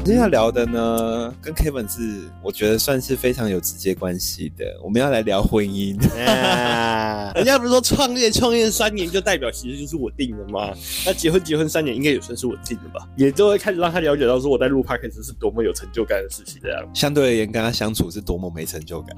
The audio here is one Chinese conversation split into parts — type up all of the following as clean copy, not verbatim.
今天要聊的呢，跟 Kevin 是我觉得算是非常有直接关系的。我们要来聊婚姻。 人家不是说创业3年就代表其实就是我定的吗？那结婚3年应该也算是我定的吧？也就会开始让他了解到说我在录 podcast 是多么有成就感的事情这样。 相对而言，跟他相处是多么没成就感。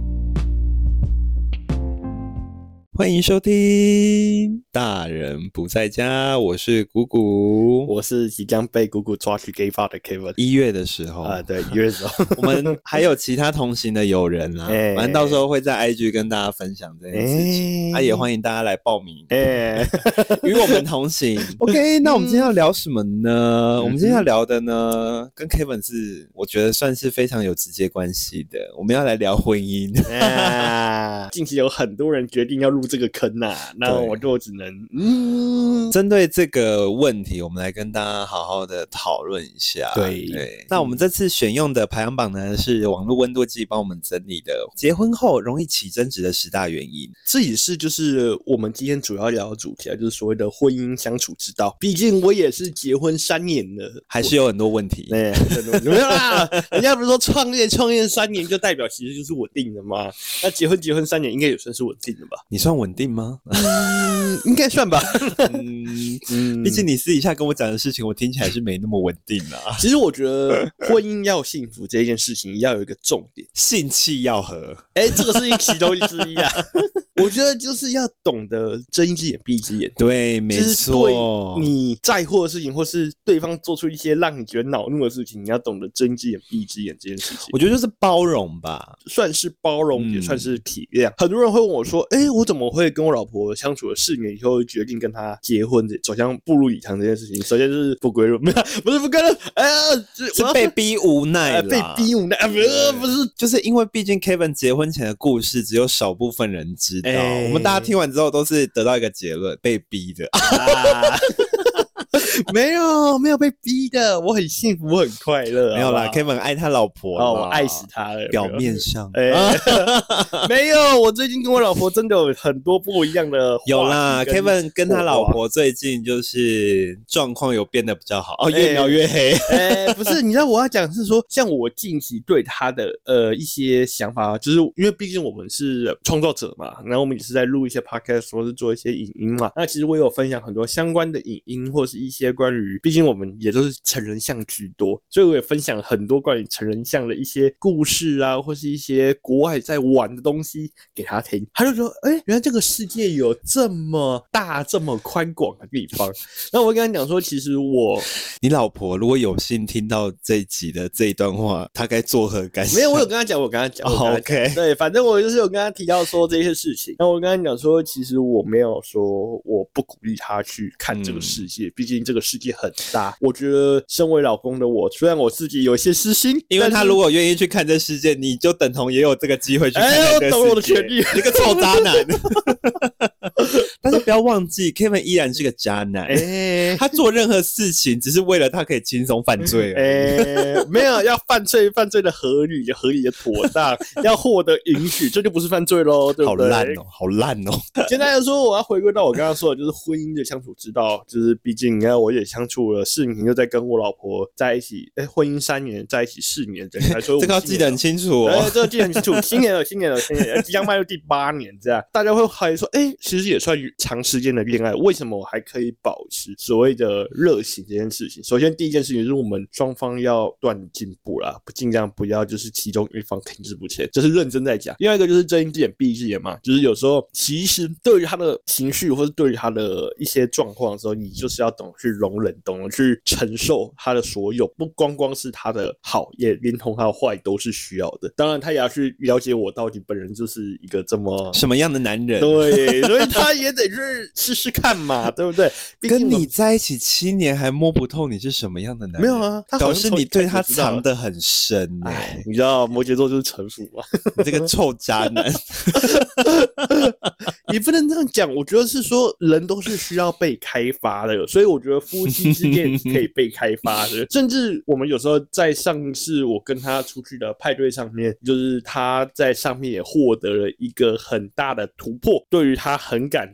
欢迎收听大人不在家，我是谷谷， 我是即将被谷谷抓去 gay bar 的 Kevin。 1月的时候对，1月的时候， 我们还有其他同行的友人啦，反正到时候会在 IG 跟大家分享这件事情，也欢迎大家来报名，与我们同行。OK， 那我们今天要聊什么呢？我们今天要聊的呢，跟 Kevin 是我觉得算是非常有直接关系的。我们要来聊婚姻。 近期有很多人决定要入这个坑啊，那我就只能针对这个问题，我们来跟大家好好的讨论一下。对，那我们这次选用的排行榜呢，是网络温度计帮我们整理的结婚后容易起争执的10大原因。 这也是就是我们今天主要聊的主题啊，就是所谓的婚姻相处之道。毕竟我也是结婚3年了， 还是有很多问题。 没有啦，人家不是说创业3年就代表其实就是我定的吗？那结婚3年应该也算是我定的吧？ 你算稳定吗？ 应该算吧。 毕竟你私底下跟我讲的事情，我听起来是没那么稳定啦。 其实我觉得婚姻要幸福这件事情要有一个重点， 性气要合。 这个是其中之一啊。我觉得就是要懂得睁一只眼闭一只眼。 对，没错。 对你在乎的事情，或是对方做出一些让你觉得恼怒的事情，你要懂得睁一只眼闭一只眼这件事情。 我觉得就是包容吧， 算是包容，也算是体谅。很多人会问我说：“我怎么会跟我老婆相处了4年以后决定跟她结婚，走向步入礼堂这件事情？”首先就是不归路，不是不归路， 是被逼无奈啦， 被逼无奈，不是， 就是因为毕竟 Kevin 结婚前的故事只有少部分人知道，我们大家听完之后都是得到一个结论，被逼的。 没有被逼的，我很幸福，我很快乐。 没有啦 ，Kevin 爱他老婆， 我爱死他了。 表面上， 没有，我最近跟我老婆真的有很多不一样的话题。 有啦 ，Kevin 跟他老婆最近就是状况有变得比较好，越描越黑。 不是，你知道我要讲是说，像我近期对他的一些想法，就是因为毕竟我们是创作者嘛，然后我们也是在录一些 podcast 或是做一些影音嘛。那其实我有分享很多相关的影音，或是一些关于，毕竟我们也都是成人向居多，所以我也分享很多关于成人向的一些故事啊，或是一些国外在玩的东西给他听。他就说：“原来这个世界有这么大、这么宽广的地方。”那我跟他讲说，其实你老婆如果有幸听到这一集的这一段话，她该作何感想？ 没有，我有跟他讲， OK， 对，反正我就是有跟他提到说这些事情。那我跟他讲说，其实我没有说我不鼓励他去看这个世界，毕竟这个世界很大。我觉得身为老公的我，虽然我自己有一些私心， 因为他如果愿意去看这世界，你就等同也有这个机会去看这个世界。 我懂我的权利， 你个臭渣男。但是不要忘记 ，Kevin 依然是个渣男。他做任何事情只是为了他可以轻松犯罪。 没有要犯罪的合理的妥当，要获得允许，这就不是犯罪咯，对不对？ 好烂哦。 简单来说，我要回归到我刚刚说的，就是婚姻的相处之道。就是毕竟你看，我也相处了4年，又在跟我老婆在一起，婚姻3年，在一起4年，整个说这个要记得很清楚哦。 这个记得很清楚。新年了，即将迈入第8年，这样大家会怀疑说，其实也算长时间的恋爱，为什么我还可以保持所谓的热情这件事情？首先第一件事情就是我们双方要断进步啦，尽量不要就是其中一方停滞不前，这是认真在讲。另外一个就是睁一只眼闭一只眼嘛，就是有时候其实对于他的情绪或是对于他的一些状况的时候，你就是要懂得去容忍，懂得去承受他的所有，不光是他的好，也连同他的坏都是需要的。当然他也要去了解我到底本人就是一个这么什么样的男人， 对，所以他也得去试试看嘛，对不对？ 跟你在一起7年还摸不透你是什么样的男人？ 没有啊，他表示你对他藏得很深。 你知道摩羯座就是城府嘛， 你这个臭渣男。 也不能这样讲，我觉得是说人都是需要被开发的，所以我觉得夫妻之间是可以被开发的。甚至我们有时候在上次我跟他出去的派对上面，就是他在上面也获得了一个很大的突破，对于他很敢在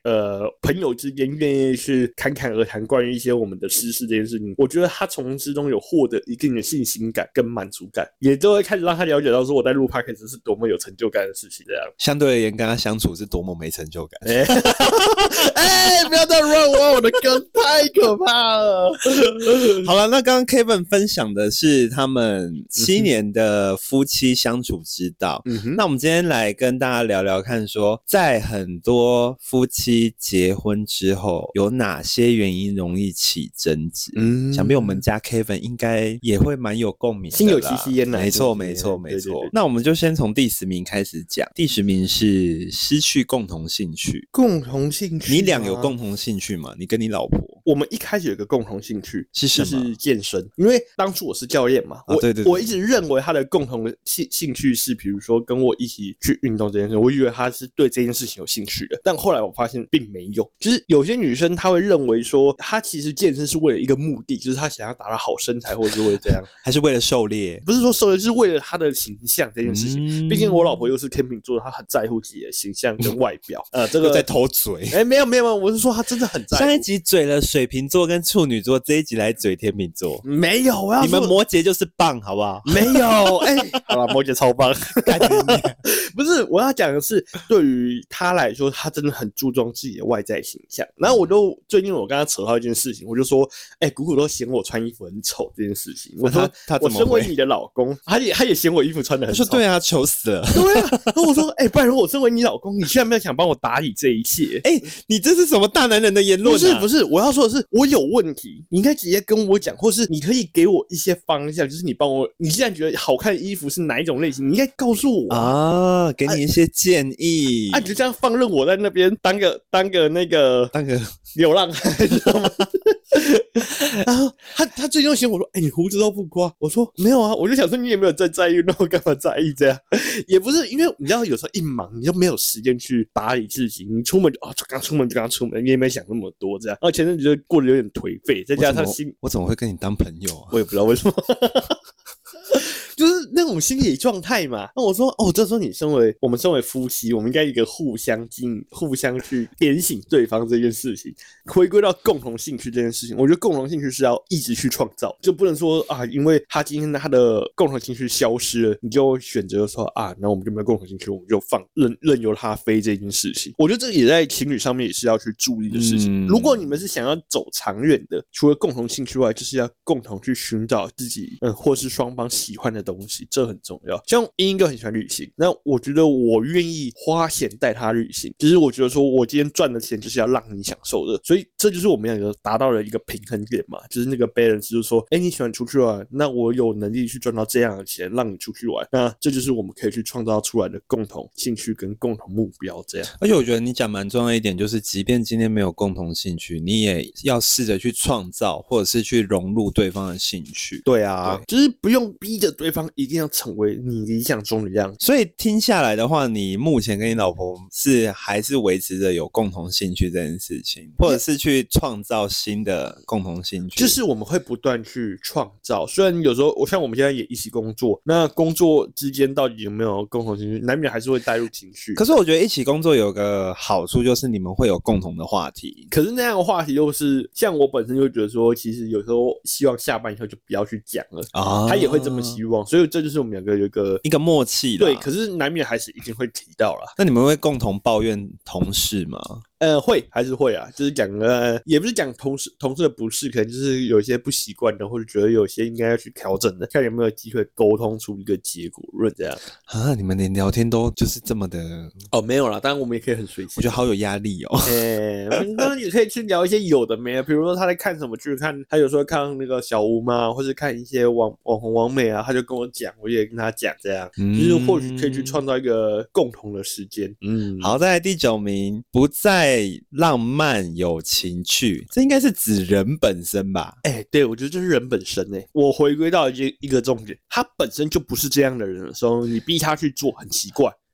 朋友之间愿意去侃侃而谈关于一些我们的私事这件事情，我觉得他从之中有获得一定的信心感跟满足感，也都会开始让他了解到说我在录 podcast 是多么有成就感的事情这样。 相对而言跟他相处是多么没成就感。 不要再乱挖我的梗，太可怕了。 好了，那刚刚 Kevin 分享的是他们7年的夫妻相处之道。那我们今天来跟大家聊聊看说，在很多夫妻结婚之后有哪些原因容易起争执。想必我们家 Kevin 应该也会蛮有共鸣的啦， 心有戚戚焉。 没错。那我们就先从第10名开始讲。第10名是失去共同兴趣。 共同兴趣， 你俩有共同兴趣吗？你跟你老婆？ 我们一开始有一个共同兴趣是什么？ 就是健身。因为当初我是教练嘛， 对， 我一直认为他的共同的兴趣是比如说跟我一起去运动这件事，我以为他是对这件事情有兴趣的，但后来我发现并没有。就是有些女生她会认为说她其实健身是为了一个目的，就是她想要达到好身材，或者是为了这样还是为了狩猎？ 不是说狩猎，就是为了她的形象这件事情。毕竟我老婆又是天秤座，她很在乎自己的形象跟外表。这个在偷嘴。 没有，我是说她真的很在乎。 上一集嘴了水瓶座跟处女座，这一集来嘴天秤座。 没有， 你们摩羯就是棒，好不好？ 没有，好了，摩羯超棒。不是，我要讲的是，对于他来说，他真的很注重自己的外在形象。然后最近我跟他扯到一件事情，我就说，谷谷都嫌我穿衣服很丑这件事情。我说，我身为你的老公，他也嫌我衣服穿得很丑。 他说对啊，丑死了。 对啊，然后我说，拜托，我身为你老公，你居然没有想帮我打理这一切？ 你这是什么大男人的言论啊？ 不是，我要说的是，我有问题，你应该直接跟我讲，或是你可以给我一些方向，就是你既然觉得好看的衣服是哪一种类型，你应该告诉我啊， 给你一些建议。 你就这样放任我在那边当个流浪汉，知道吗？然后他最终嫌我说，你胡子都不刮。我说没有啊，我就想说你也没有在意，那我干嘛在意这样？也不是，因为你知道有时候一忙你就没有时间去打理自己，你出门就刚出门，你也没想那么多这样。然后前阵子就过得有点颓废，再加上我怎么会跟你当朋友啊？ 我也不知道为什么。就是那种心理状态嘛。那我说这时候我们身为夫妻，我们应该一个互相去点醒对方这件事情，回归到共同兴趣这件事情。我觉得共同兴趣是要一直去创造，就不能说因为他今天他的共同兴趣消失了，你就选择说那我们就没有共同兴趣，我们就任由他飞这件事情。我觉得这也在情侣上面也是要去注意的事情。如果你们是想要走长远的，除了共同兴趣外，就是要共同去寻找自己或是双方喜欢的东西，这很重要。像英哥很喜欢旅行，那我觉得我愿意花钱带他旅行，就是我觉得说我今天赚的钱就是要让你享受的，所以这就是我们两个达到了一个平衡点嘛，就是那个 balance， 就是说你喜欢出去玩，那我有能力去赚到这样的钱让你出去玩，那这就是我们可以去创造出来的共同兴趣跟共同目标这样。 而且我觉得你讲蛮重要一点，就是即便今天没有共同兴趣，你也要试着去创造或者是去融入对方的兴趣。 对啊，就是不用逼着对方一定要成为你理想中的样子。 所以听下来的话，你目前跟你老婆还是维持着有共同兴趣这件事情，或者是去创造新的共同兴趣？ 就是我们会不断去创造，虽然有时候像我们现在也一起工作，那工作之间到底有没有共同兴趣，难免还是会带入情绪。 可是我觉得一起工作有个好处，就是你们会有共同的话题。 可是那样的话题又是像我本身就觉得说，其实有时候希望下班以后就不要去讲了他也会这么希望，所以这就是我们两个有一个默契啦。 对，可是难免还是一定会提到啦。 那你们会共同抱怨同事吗？ 还是会啊，就是讲也不是讲同事的不是，可能就是有一些不习惯的，或者觉得有些应该要去调整的，看有没有机会沟通出一个结果论这样。 你们连聊天都就是这么的没有啦，当然我们也可以很随性。 我觉得好有压力哦。 当然也可以去聊一些有的没的，比如说他在看什么剧，他有时候看那个小吴嘛，或是看一些网红网美啊，他就跟我讲，我也跟他讲这样，就是或许可以去创造一个共同的时间。 好，再来第9名，不再浪漫有情趣，这应该是指人本身吧？ 对，我觉得这是人本身我回归到一个重点，他本身就不是这样的人的时候，你逼他去做很奇怪。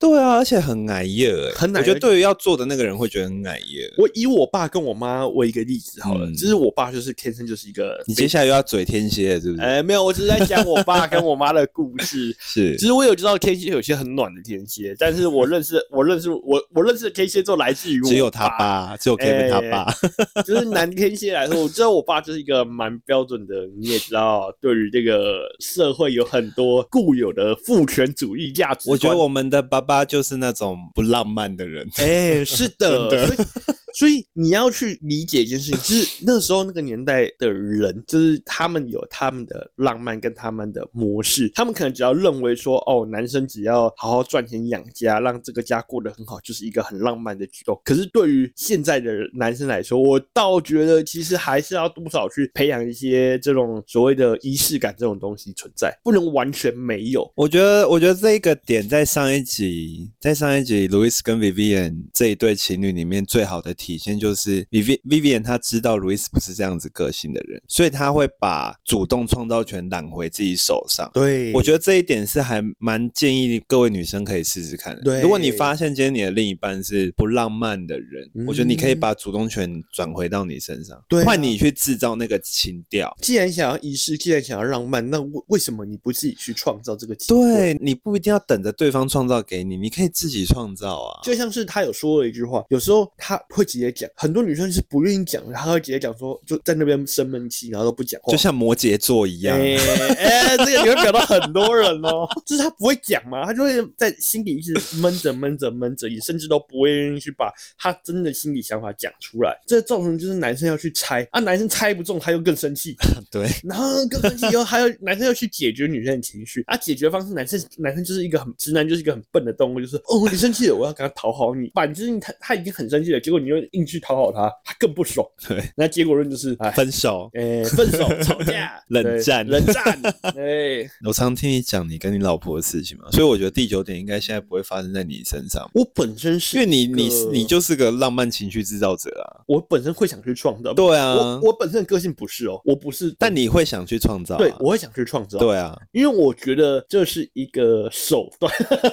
对啊，而且很矮耶， 很矮。 我觉得对于要做的那个人会觉得很矮耶。 我以我爸跟我妈为一个例子好了，就是我爸就是天生就是一个， 你接下来又要嘴天蝎是不是？ 没有，我只是在讲我爸跟我妈的故事。 是， 其实我有知道天蝎有些很暖的天蝎，但是我认识的天蝎座来自于我爸， 只有他爸，只有 Kevin 他爸， 就是男天蝎来说，我知道我爸就是一个蛮标准的，你也知道，对于这个社会有很多固有的父权主义价值观。 我觉得我们的爸爸就是那种不浪漫的人。 是的。所以你要去理解一件事情，就是那时候那个年代的人，就是他们有他们的浪漫跟他们的模式，他们可能只要认为说，男生只要好好赚钱养家，让这个家过得很好，就是一个很浪漫的举动。可是对于现在的男生来说，我倒觉得其实还是要多少去培养一些这种所谓的仪式感这种东西存在，不能完全没有。 我觉得这一个点在上一集 Louis 跟 Vivian 这一对情侣里面最好的体现就是 Vivian 他知道 Louis 不是这样子个性的人，所以他会把主动创造权揽回自己手上。 对， 我觉得这一点是还蛮建议各位女生可以试试看的。 对， 如果你发现今天你的另一半是不浪漫的人，我觉得你可以把主动权转回到你身上，对，换你去制造那个情调。 既然想要仪式，既然想要浪漫，那为什么你不自己去创造这个情况？ 对，你不一定要等着对方创造给你，你可以自己创造啊。 就像是他有说了一句话，有时候他会直接讲，很多女生是不愿意讲的，他会直接讲说，就在那边生闷气，然后都不讲话， 就像摩羯座一样。 这个你会表到很多人哦，就是他不会讲嘛，他就会在心里一直闷着，也甚至都不会愿意去把他真的心里想法讲出来。这造成就是男生要去猜啊，男生猜不中，他又更生气， 对， 然后更生气以后，还有男生要去解决女生的情绪啊，解决方式男生就是一个直男，就是一个很笨的动物，就是你生气了，我要跟他讨好你，反正他已经很生气了，结果你又硬去讨好他，他更不爽。 对， 那结果论就是分手， 吵架， 冷战。我常听你讲你跟你老婆的事情嘛，所以我觉得第9点应该现在不会发生在你身上。 我本身是因为你就是个浪漫情绪制造者啊， 我本身会想去创造。 对啊， 我本身的个性不是我不是， 但你会想去创造。 对，我会想去创造。 对啊， 因为我觉得这是一个手段，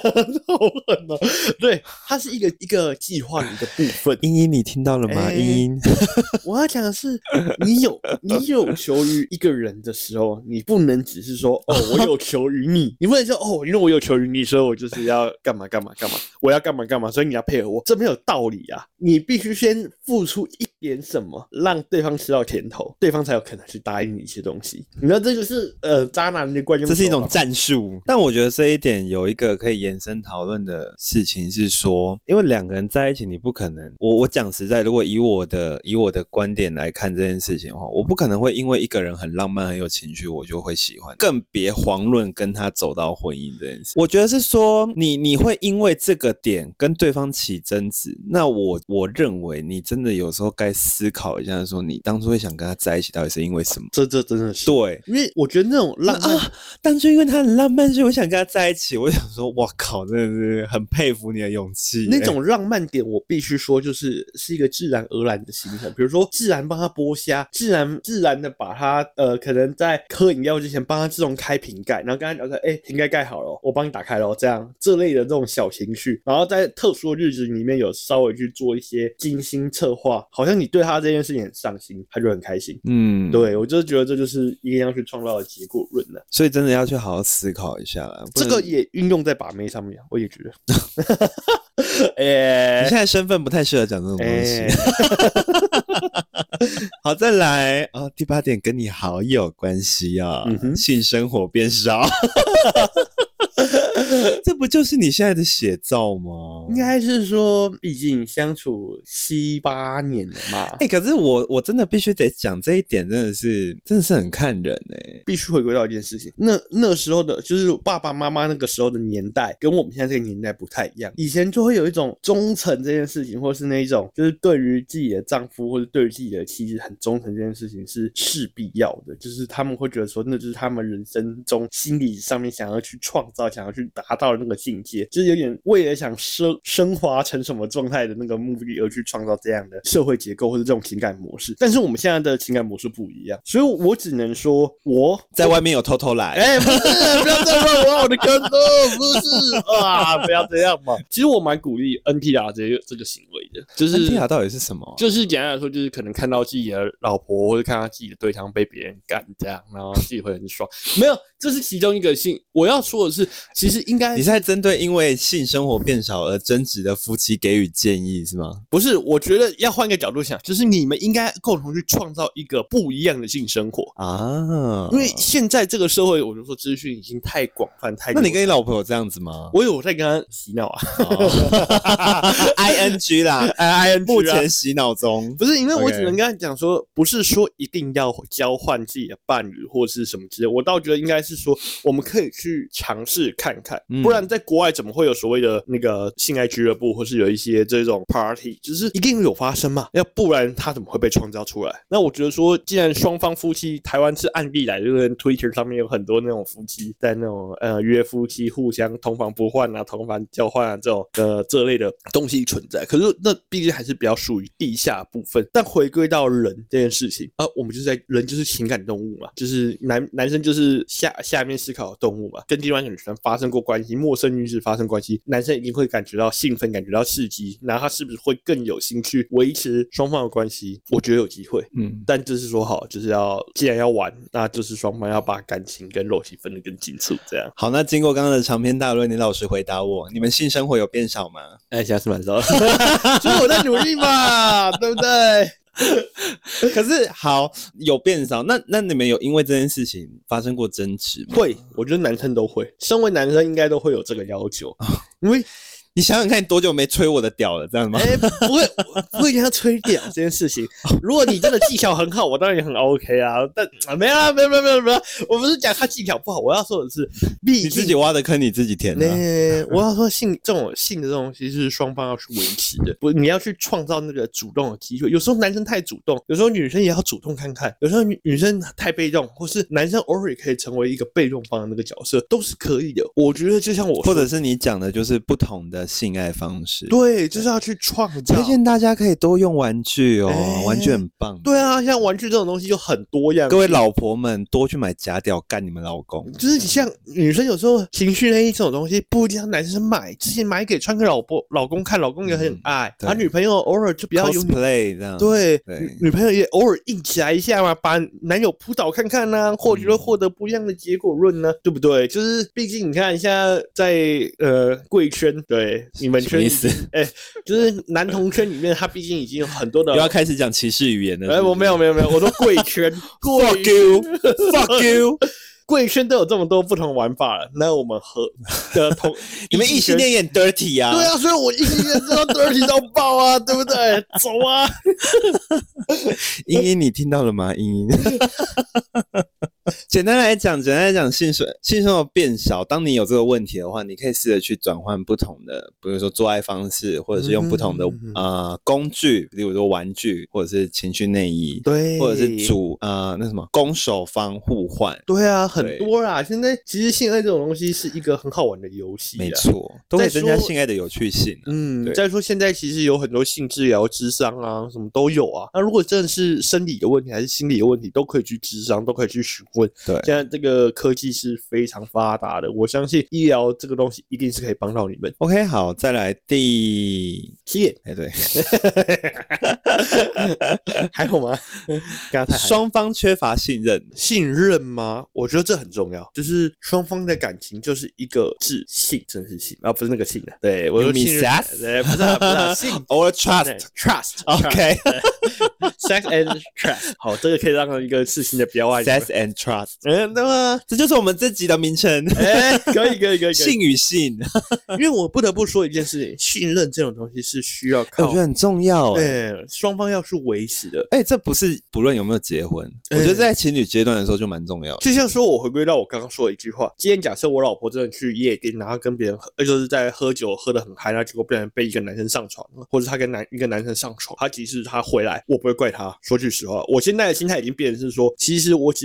对，它是一个计划的一个部分。 茵茵，你听到了吗？茵茵， 我要讲的是，你有求于一个人的时候，你不能只是说我有求于你，你不能说因为我有求于你，所以我就是要干嘛，我要干嘛，所以你要配合我，这没有道理啊！你必须先付出一点什么，让对方吃到甜头，对方才有可能去答应你一些东西。你知道这个是渣男的惯用手法， 这是一种战术。但我觉得这一点有一个可以延伸讨论的事情是说，因为两个人在一起，你不可能，我讲实在，如果以我的观点来看这件事情的话，我不可能会因为一个人很浪漫很有情绪我就会喜欢，更别遑论跟他走到婚姻这件事。我觉得是说你会因为这个点跟对方起争执，那我认为你真的有时候该思考一下，说你当初会想跟他在一起到底是因为什么。 这真的是对， 因为我觉得那种浪漫当初因为他很浪漫，所以我想跟他在一起。我想说哇靠，真的是很佩服你的勇气。 那种浪漫点我必须说就是一个自然而然的形成，比如说自然帮他剥虾，自然的把他可能在喝饮料之前帮他自动开瓶盖，然后跟他讲说瓶盖盖好了，我帮你打开了，这类的这种小情绪，然后在特殊的日子里面有稍微去做一些精心策划，好像你对他这件事情很上心，他就很开心。对，我就觉得这就是一定要去创造的结果论了， 所以真的要去好好思考一下啦。 这个也运用在把妹上面，我也觉得你现在身份不太适合讲这种东西。好，再来第8点跟你好有关系啊，性生活变少。这不就是你现在的写照吗？ 应该是说，毕竟相处7、8年了嘛。 可是我真的必须得讲这一点，真的是很看人必须回归到一件事情，那时候的就是爸爸妈妈那个时候的年代，跟我们现在这个年代不太一样。以前就会有一种忠诚这件事情，或是那一种就是对于自己的丈夫或者对于自己的妻子很忠诚这件事情是势必要的，就是他们会觉得说，那就是他们人生中心理上面想要去创造、想要去去达到那个境界，就是有点为了想升华成什么状态的那个目的而去创造这样的社会结构或者这种情感模式。但是我们现在的情感模式不一样，所以我只能说我在外面有偷偷来。 不是，不要再乱挖我的坑了，不是啊，不要这样嘛。其实我蛮鼓励 NTR 这个行为的，就是 NTR 到底是什么？ 就是简单来说，就是可能看到自己的老婆或者看到自己的对象被别人干这样，然后自己会很爽。没有，这是其中一个性。我要说的是，其实应该你是在针对因为性生活变少而争执的夫妻给予建议是吗？ 不是，我觉得要换一个角度想，就是你们应该共同去创造一个不一样的性生活啊。因为现在这个社会，我就说资讯已经太广泛太…… 那你跟你老婆有这样子吗？ 我有在跟她洗脑啊 ，ING 啦，ING 目前洗脑中。 不是，因为我只能跟她讲说，不是说一定要交换自己的伴侣或是什么之类，我倒觉得应该是说，我们可以去尝试看看，不然在国外怎么会有所谓的那个性爱俱乐部，或是有一些这种 party， 就是一定有发生嘛，要不然它怎么会被创造出来？那我觉得说，既然双方夫妻，台湾是案例来，就是 Twitter 上面有很多那种夫妻在那种约夫妻互相同房不换啊、同房交换啊这类的东西存在，可是那毕竟还是比较属于地下部分。但回归到人这件事情我们就是人就是情感动物嘛，就是男生就是下面思考的动物嘛，跟另外一个女生发生过关系，陌生女子发生关系，男生一定会感觉到兴奋，感觉到刺激，然后他是不是会更有兴趣维持双方的关系？我觉得有机会，但就是说好，就是既然要玩，那就是双方要把感情跟肉体分得更清楚，这样。 好，那经过刚刚的长篇大论，你老实回答我，你们性生活有变少吗？ 现在是蛮少的，所以我在努力嘛，对不对？ 可是好有变少，那你们有因为这件事情发生过争执吗？ 会，我觉得男生都会，身为男生应该都会有这个要求，因为你想想看，你多久没吹我的屌了，这样吗？ 不会跟他吹屌这件事情。如果你真的技巧很好，我当然也很 OK 啊。但没有，我不是讲他技巧不好，我要说的是， 你自己挖的坑你自己填的。 我要说性的这种东西是双方要去维持的，不，你要去创造那个主动的机会。有时候男生太主动，有时候女生也要主动看看。有时候女生太被动，或是男生偶尔也可以成为一个被动方的那个角色，都是可以的。我觉得就像我说， 或者是你讲的，就是不同的性爱方式， 对，就是要去创造。 推荐大家可以多用玩具哦，玩具很棒。 对啊，像玩具这种东西就很多样。 各位老婆们多去买假屌干你们老公。 就是像女生有时候情绪内衣这种东西，不一定要男生买，之前买给穿给老公看，老公也很爱。他女朋友偶尔就比较有 cosplay 这样， 对，女朋友也偶尔硬起来一下嘛，把男友扑倒看看啊，或许会获得不一样的结果论呢，对不对？就是毕竟你看，现在在贵圈，对你们圈，就是男同圈里面，他毕竟已经有很多的， 又要开始讲歧视语言了。 我没有，我说贵圈 ，fuck you，fuck you。 贵圈都有这么多不同玩法了，那我们你们异性恋也 dirty 啊？ 对啊，所以我异性恋知道 dirty 到爆啊，对不对？走啊！ 茵茵，你听到了吗？茵茵。简单来讲，性生活变少。当你有这个问题的话，你可以试着去转换不同的，比如说做爱方式，或者是用不同的工具，例如说玩具，或者是情趣内衣， 对， 或者是那什么攻守方互换。 对啊，很多啦。现在其实性爱这种东西是一个很好玩的游戏， 没错，都会增加性爱的有趣性。 再说现在其实有很多性治疗、諮商啊，什么都有啊。那如果真的是生理的问题还是心理的问题，都可以去諮商，都可以去询问。 对， 现在这个科技是非常发达的，我相信医疗这个东西一定是可以帮到你们。 OK， 好，再来第 7页。 对， 还好吗？ 双方缺乏信任吗？我觉得这很重要，就是双方的感情就是一个字信，真是信不是那个信的。对，我说信任，对，不是信 or trust。OK， sex and trust。好，这个可以让一个事情的标案。 Sex and trust， 对吗？ 这就是我们这集的名称。 可以。 性与性， 因为我不得不说一件事情，信任这种东西是需要靠， 我觉得很重要。 双方要去维持的。 这不是不论有没有结婚，我觉得在情侣阶段的时候就蛮重要的。 就像说，我回归到我刚刚说的一句话，今天假设我老婆真的去夜店，然后跟别人就是在喝酒喝得很嗨，然后结果不然被一个男生上床了，或者他跟一个男生上床，他即使他回来，我不会怪他。说句实话，我现在的心态已经变成是说，其实我只要像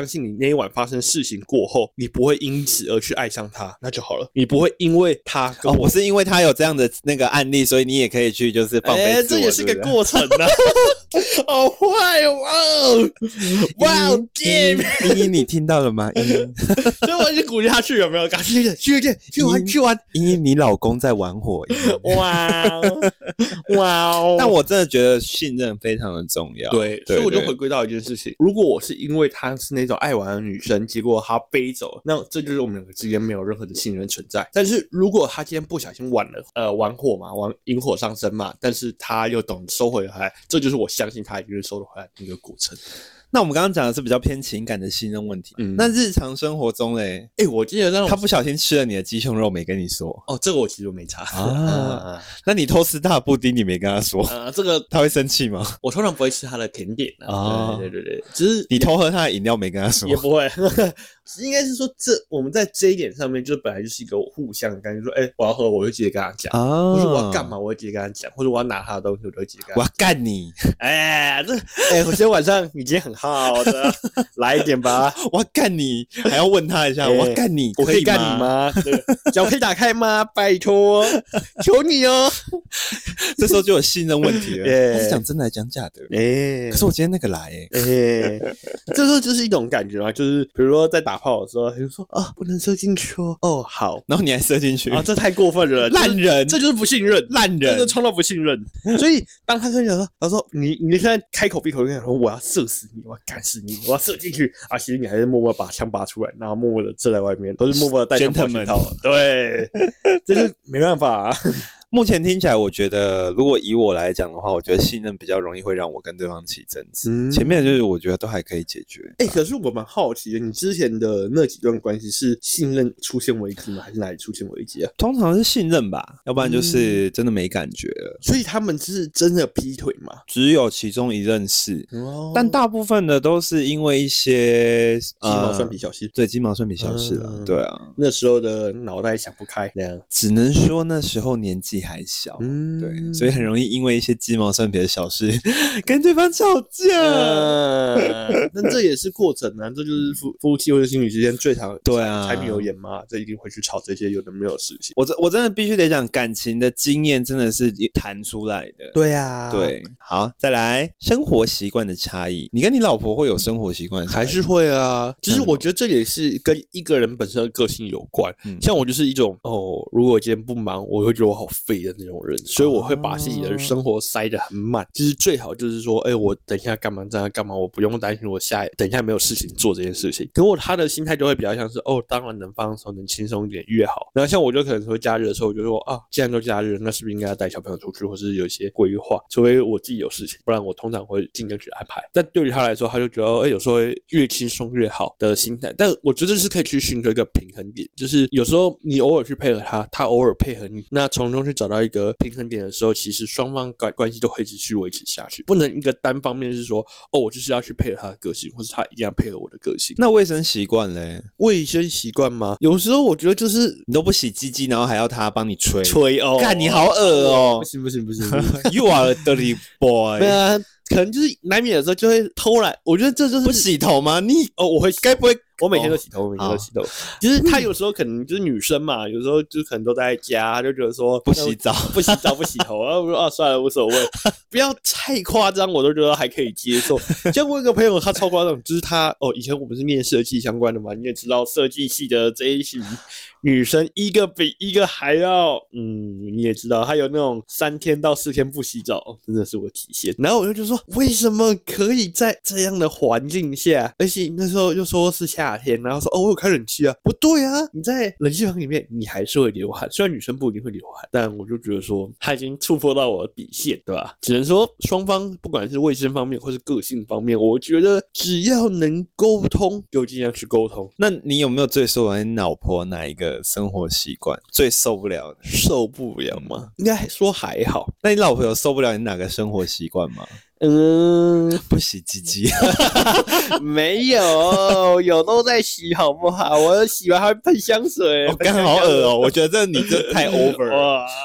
相信你那一晚发生事情过后，你不会因此而去爱上他，那就好了。你不会因为他跟我是因为他有这样的那个案例，所以你也可以去就是放飞自我， 这也是个过程啊。好坏哦！哇哦 ，damn！ 茵茵，你听到了吗？茵茵， 所以我已经鼓励他去，有没有？赶紧去玩！ 茵茵，你老公在玩火。 哇哦！ 但我真的觉得信任非常的重要。 对，所以我就回归到一件事情：如果我是因为她是那种爱玩的女生，结果她飞走，那这就是我们两个之间没有任何的信任存在。但是如果她今天不小心玩火嘛，玩引火上身嘛，但是她又懂收回来，这就是我相信她一定会收得回来的一个过程。 那我们刚刚讲的是比较偏情感的信任问题，那日常生活中嘞， 我记得他不小心吃了你的鸡胸肉没跟你说哦，这个我其实没查啊。那你偷吃大布丁你没跟他说这个他会生气吗？ 我通常不会吃他的甜点啊，对，只是你偷喝他的饮料没跟他说也不会。应该是说我们在这一点上面就本来就是一个互相的感觉，说我要喝我会直接跟他讲，或者我要干嘛我会直接跟他讲，或者我要拿他的东西我就会直接跟他讲， 我要干你我今天晚上你今天很好的来一点吧， 我要干你，还要问他一下我要干你， 我可以干你吗？脚可以打开吗？拜托求你哦。 这时候就有信任问题了，他是讲真的还是讲假的？可是我今天那个来这时候就是一种感觉嘛，就是比如说在打炮的时候他就说不能射进去哦好， 然后你还射进去这太过分了， 烂人， 这就是不信任， 烂人， 这就是创造不信任。所以当他跟你讲他说你现在开口闭口跟你说我要射死你，我要干死你，我要射进去其实你还是默默把枪拔出来，然后默默的射在外面，都是默默的带枪跑去套。对，这就没办法目前听起来，我觉得如果以我来讲的话，我觉得信任比较容易会让我跟对方起争执。前面就是我觉得都还可以解决。 可是我蛮好奇的，你之前的那几段关系是信任出现危机吗？还是哪里出现危机啊？ 通常是信任吧，要不然就是真的没感觉了。 所以他们是真的劈腿吗？ 只有其中一任是，但大部分的都是因为一些鸡毛蒜皮小事。 对，鸡毛蒜皮小事了。对啊， 那时候的脑袋想不开，那样只能说那时候年纪还小，对，所以很容易因为一些鸡毛蒜皮的小事跟对方吵架。 但这也是过程啊，这就是夫妻或者情侣之间最常柴米油盐嘛，这一定会去吵这些有的没有的事情。 我真的必须得讲，感情的经验真的是谈出来的。 对啊， 对，好，再来生活习惯的差异。你跟你老婆会有生活习惯还是会啊？其实我觉得这也是跟一个人本身的个性有关。像我就是一种如果我今天不忙，我会觉得我好废的那种人，所以我会把自己的生活塞得很满。其实最好就是说，我等一下干嘛，这样干嘛，我不用担心我等一下没有事情做这件事情。可他的心态就会比较像是当然能放松能轻松一点越好。然后像我就可能说假日的时候，我就说既然都假日，那是不是应该要带小朋友出去，或是有一些规划，除非我自己有事情，不然我通常会尽量去安排。但对于他来说，他就觉得有时候越轻松越好的心态。但我觉得是可以去寻求一个平衡点，就是有时候你偶尔去配合他，他偶尔配合你，那从中去找到一个平衡点的时候，其实双方关系都会继续维持下去，不能一个单方面是说我就是要去配合他的个性，或是他一定要配合我的个性。 那卫生习惯嘞？ 卫生习惯吗？有时候我觉得就是你都不洗鸡鸡，然后还要他帮你吹干你好恶不行 You are a dirty boy 对啊，可能就是难免的时候就会偷懒。我觉得这就是不洗头吗？ 我会该不会我每天都洗头，每天都洗头。其实他有时候可能就是女生嘛，有时候就可能都在家，就觉得说不洗澡、 不洗头啊，我说算了，无所谓，不要太夸张，我都觉得还可以接受。像我有个朋友，他超夸张，就是他以前我们是念设计相关的嘛，你也知道设计系的这一群女生一个比一个还要，你也知道，她有那种3天到4天不洗澡，真的是我极限。然后我就说，为什么可以在这样的环境下，而且那时候又说是夏天，然后说我有开冷气啊，不对啊，你在冷气房里面你还是会流汗，虽然女生不一定会流汗，但我就觉得说她已经触碰到我的底线，对吧？只能说双方不管是卫生方面或是个性方面，我觉得只要能沟通，就尽量去沟通。 那你有没有最受不了你老婆哪一个生活习惯最受不了的？ 受不了吗？应该说还好。 那你老婆有受不了你哪个生活习惯吗？不洗鸡鸡没有都在洗好不好？我洗完还会喷香水， 刚好恶我觉得你这太 over 了。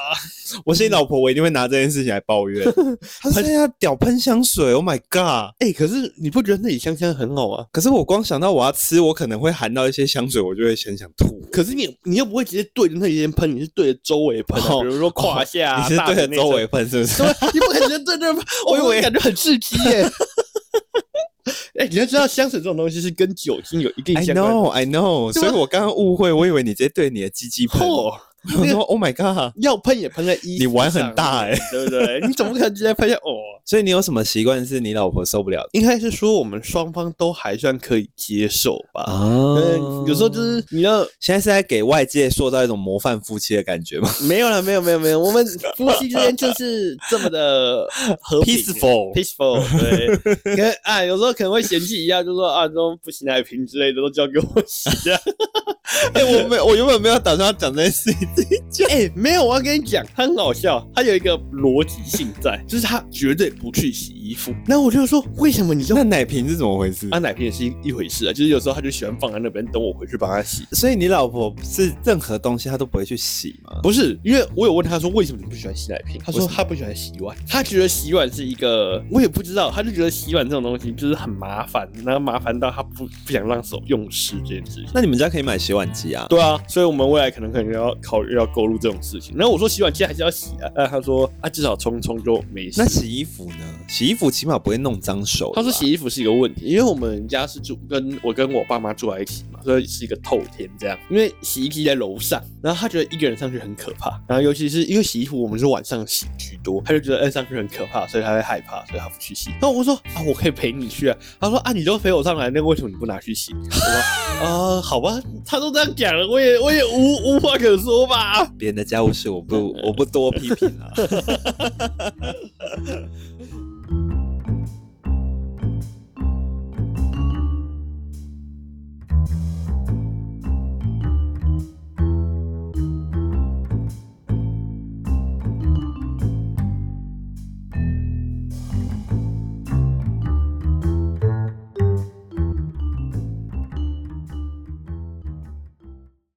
我是你老婆，我一定会拿这件事情来抱怨。他现在要屌喷香水 ，Oh my god！ 可是你不觉得那里香香很好啊？ 可是我光想到我要吃，我可能会含到一些香水，我就会先想吐。 可是你又不会直接对着那边喷，你是对着周围喷比如说胯下， 你是对着周围喷是不是？ 你不可能对着，我以为感觉很刺激耶。你要知道香水这种东西是跟酒精有一定相关。 I know， 所以我刚刚误会，我以为你直接对你的鸡鸡喷。我说 Oh my god， 要喷也喷在衣服上， 你玩很大对不对？你怎么可能直接喷下所以你有什么习惯是你老婆受不了的？ 应该是说我们双方都还算可以接受吧。有时候就是你要现在是在给外界塑造一种模范夫妻的感觉吗？ 没有啦，没有，我们夫妻之间就是这么的和平 peaceful， 对。跟有时候可能会嫌弃一下，就说这种不洗奶瓶之类的都交给我洗的。 我原本没有打算要讲这件事情， 没有，我要跟你讲，他很好笑，他有一个逻辑性在，就是他绝对不去洗衣服。然后我就说，为什么你就那奶瓶是怎么回事？ 奶瓶也是一回事啊，就是有时候他就喜欢放在那边等我回去帮他洗。 所以你老婆是任何东西他都不会去洗吗？ 不是，因为我有问他说为什么你不喜欢洗奶瓶，他说他不喜欢洗碗，他觉得洗碗是一个我也不知道，他就觉得洗碗这种东西就是很麻烦，然后麻烦到他不想让手用湿这件事情。 那你们家可以买洗碗机啊？ 对啊，所以我们未来可能要考虑要购入这种事情。然后我说洗碗机还是要洗啊，他说至少冲就没事。 那洗衣服呢？洗衣服起码不会弄脏手。 他说洗衣服是一个问题，因为我们家是跟我爸妈住在一起嘛，所以是一个透天这样。因为洗衣机在楼上，然后他觉得一个人上去很可怕，然后尤其是因为洗衣服我们是晚上洗居多，他就觉得上去很可怕，所以他会害怕，所以他不去洗。那我说我可以陪你去啊。他说你都陪我上来，那为什么你不拿去洗？我说好吧，他都这样讲了，我也无话可说吧。 别人的家务事我不多批评啊。